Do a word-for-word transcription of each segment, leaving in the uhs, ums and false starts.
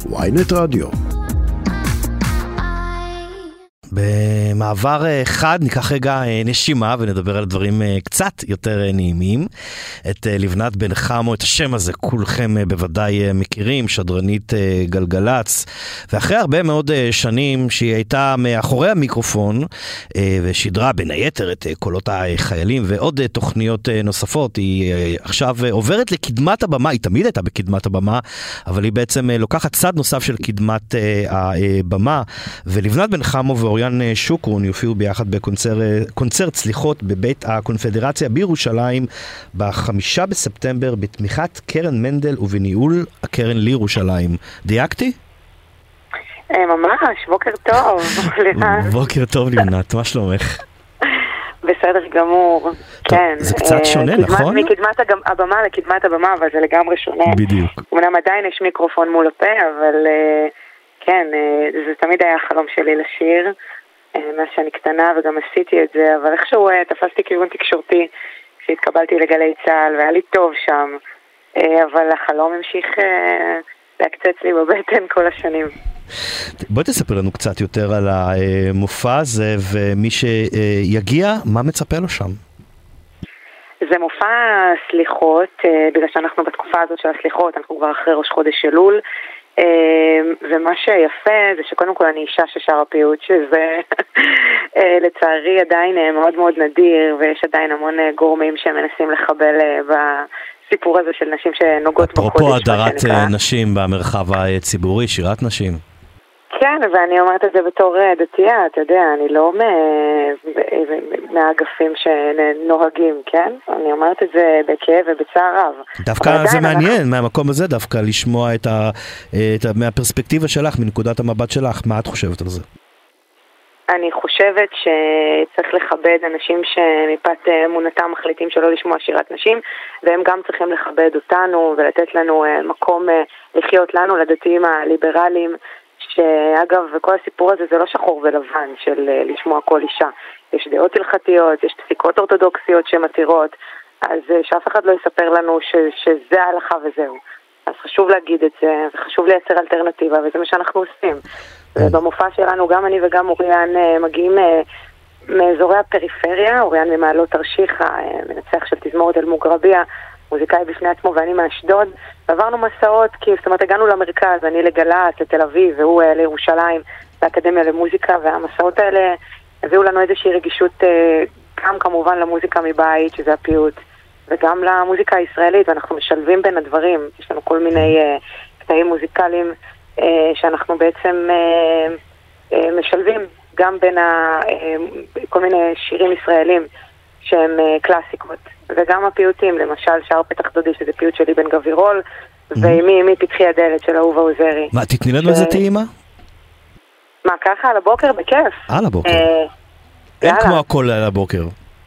וויינט רדיו. במעבר אחד ניקח רגע נשימה ונדבר על דברים קצת יותר נעימים. את לבנת בן חמו, את השם הזה כולכם בוודאי מכירים, שדרנית גלגלץ, ואחרי הרבה מאוד שנים שהיא הייתה מאחורי המיקרופון ושידרה בין היתר את קולות החיילים ועוד תוכניות נוספות, היא עכשיו עוברת לקדמת הבמה. היא תמיד הייתה בקדמת הבמה, אבל היא בעצם לוקחת צד נוסף של קדמת הבמה, ולבנת בן חמו ואוריאן שוקרון יופיעו ביחד בקונצרט סליחות בבית הקונפדרציה בירושלים בחמישה בספטמבר בתמיכת קרן מנדל ובניהול הקרן לירושלים. דייקתי? ממש, בוקר טוב. בוקר טוב לבנת, מה שלומך? בסדר גמור. כן. זה קצת שונה, נכון? מקדמת הבמה לקדמת הבמה, אבל זה לגמרי שונה. בדיוק. אמנם עדיין יש מיקרופון מול הפה, אבל כן, זה תמיד היה החלום שלי לשיר. מאז שאני קטנה וגם עשיתי את זה, אבל איכשהו תפסתי כיוון תקשורתי כשהתקבלתי לגלי צהל והיה לי טוב שם, אבל החלום המשיך להקצץ לי בבטן כל השנים. בואי תספר לנו קצת יותר על המופע הזה, ומי שיגיע, מה מצפה לו שם? זה מופע סליחות, בגלל שאנחנו בתקופה הזאת של הסליחות, אנחנו כבר אחרי ראש חודש אלול, ומה שיפה זה שקודם כל אני אישה ששרה פיוט, שזה לצערי עדיין מאוד מאוד נדיר, ויש עדיין המון גורמים שמנסים לחבל בסיפור הזה של נשים שנוגעות בחודש. אפרופו הדרת נשים במרחב הציבורי, שירת נשים. כן, ואני אומרת את זה בתור דתייה, אתה יודע, אני לא מהאגפים שנוהגים, כן? אני אומרת את זה בכאב ובצער רב. דווקא זה מעניין, מהמקום הזה דווקא, לשמוע את ה... מהפרספקטיבה שלך, מנקודת המבט שלך, מה את חושבת על זה? אני חושבת שצריך לכבד אנשים שמפאת אמונתם מחליטים שלא לשמוע שירת נשים, והם גם צריכים לכבד אותנו ולתת לנו מקום לחיות לנו, לדתיים הליברליים, שאגב, כל הסיפור הזה זה לא שחור ולבן של לשמוע כל אישה. יש דעות הלכתיות, יש פסיקות אורתודוקסיות שמתירות, אז שאף אחד לא יספר לנו ש, שזה ההלכה וזהו. אז חשוב להגיד את זה, וחשוב לייצר אלטרנטיבה, וזה מה שאנחנו עושים. ובמופע שלנו, גם אני וגם אוריאן מגיעים מאזורי הפריפריה, אוריאן ממעלות תרשיחא, מנצח של תזמורת אל-מוגרביה, מוזיקאי בפני עצמו, ואני מאשדוד. עברנו מסעות, כי זאת אומרת, הגענו למרכז, אני לגל"צ, לתל אביב, והוא לירושלים, לאקדמיה למוזיקה, והמסעות האלה הביאו לנו איזושהי רגישות, גם כמובן למוזיקה מבית, שזה הפיוט, וגם למוזיקה הישראלית, ואנחנו משלבים בין הדברים. יש לנו כל מיני קטעים מוזיקליים שאנחנו בעצם משלבים גם בין כל מיני שירים ישראלים שהם קלאסיקות. וגם הפיוטים, למשל שער פתח דודי, שזה פיוט שלי בן גבירול, ואימי, אימי פתחי הדלת של אהובה עוזרי. מה, תתני לנו איזה טעימה? מה, ככה על הבוקר? בכיף. על הבוקר. אין כמו הכל על הבוקר.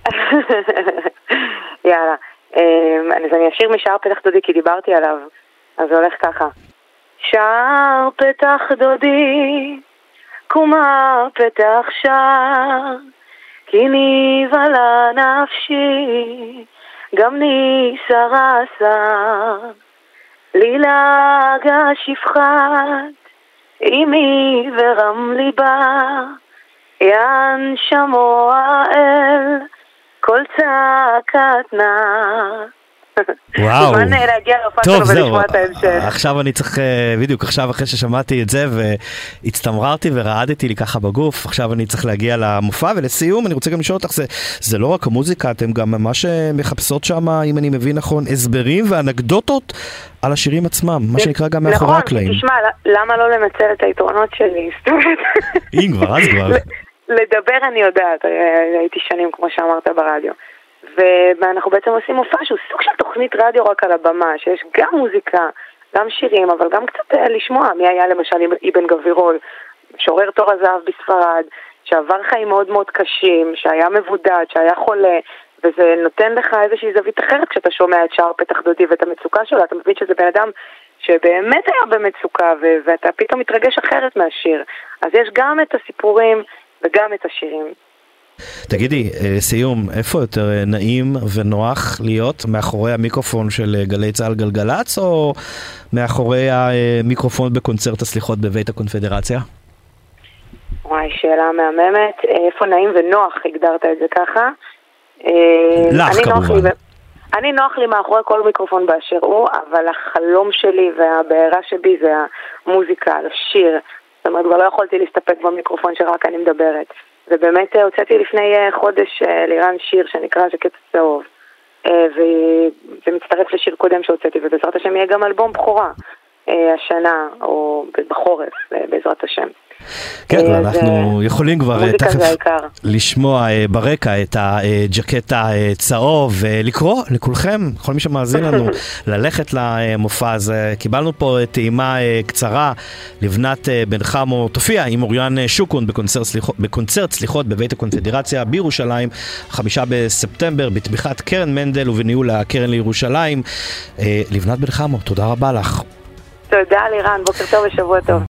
יאללה. אז אני אשיר משער פתח דודי, כי דיברתי עליו. אז זה הולך ככה. שער פתח דודי, קומה פתח שער, כי ניבלה נפשי, גם ניסרה שר, לילגה שפחת, אימי ורם ליבה, ין שמוע אל, כל צעקת נע. וואו, טוב זהו, את עכשיו אני צריך, בדיוק עכשיו אחרי ששמעתי את זה והצטמררתי ורעדתי לי ככה בגוף, עכשיו אני צריך להגיע למופע. ולסיום אני רוצה גם לשאול אותך, זה, זה לא רק המוזיקה, אתם גם ממש מחפשות שם, אם אני מבין נכון, הסברים ואנקדוטות על השירים עצמם, מה שנקרא גם מאחורי הקלעים. נכון, תשמע, למה לא לנצל את היתרונות שלי? אם כבר, אז כבר. לדבר אני יודעת, הייתי שנים כמו שאמרת ברדיו. ואנחנו בעצם עושים מופע שהוא סוג של תוכנית רדיו רק על הבמה, שיש גם מוזיקה, גם שירים, אבל גם קצת לשמוע מי היה למשל אבן גבירול, שורר תור הזהב בספרד, שעבר חיים מאוד מאוד קשים, שהיה מבודד, שהיה חולה, וזה נותן לך איזושהי זווית אחרת כשאתה שומע את שער פתח דודי ואת המצוקה שלו, אתה מבין שזה בן אדם שבאמת היה במצוקה, ו- ואתה פתאום מתרגש אחרת מהשיר. אז יש גם את הסיפורים וגם את השירים. תגידי, לסיום, איפה יותר נעים ונוח להיות? מאחורי המיקרופון של גלי צהל גלגלץ, או מאחורי המיקרופון בקונצרט הסליחות בבית הקונפדרציה? וואי, שאלה מהממת. איפה נעים ונוח, הגדרת את זה ככה? לך כמובן. אני נוח לי מאחורי כל מיקרופון באשר הוא, אבל החלום שלי והבעירה שבי זה המוזיקה, השיר. זאת אומרת, כבר לא יכולתי להסתפק במיקרופון שרק אני מדברת. ובאמת הוצאתי לפני חודש לירן שיר שנקרא ז'קט הצהוב. וזה מצטרף לשיר קודם שהוצאתי, ובעזרת השם יהיה גם אלבום בחורה השנה, או בחורף, בעזרת השם. כן, אנחנו יכולים כבר תכף לשמוע ברקע את הג'קט הצהוב ולקרוא לכולכם, כל מי שמאזין לנו, ללכת למופע הזה. קיבלנו פה טעימה קצרה. לבנת בן חמו תופיע עם אוריאן שוקון בקונצרט סליחות בבית הקונפדרציה בירושלים, חמישה בספטמבר, בתמיכת קרן מנדל ובניהול הקרן לירושלים. לבנת בן חמו, תודה רבה לך. תודה לירן, בוקר טוב ושבוע טוב.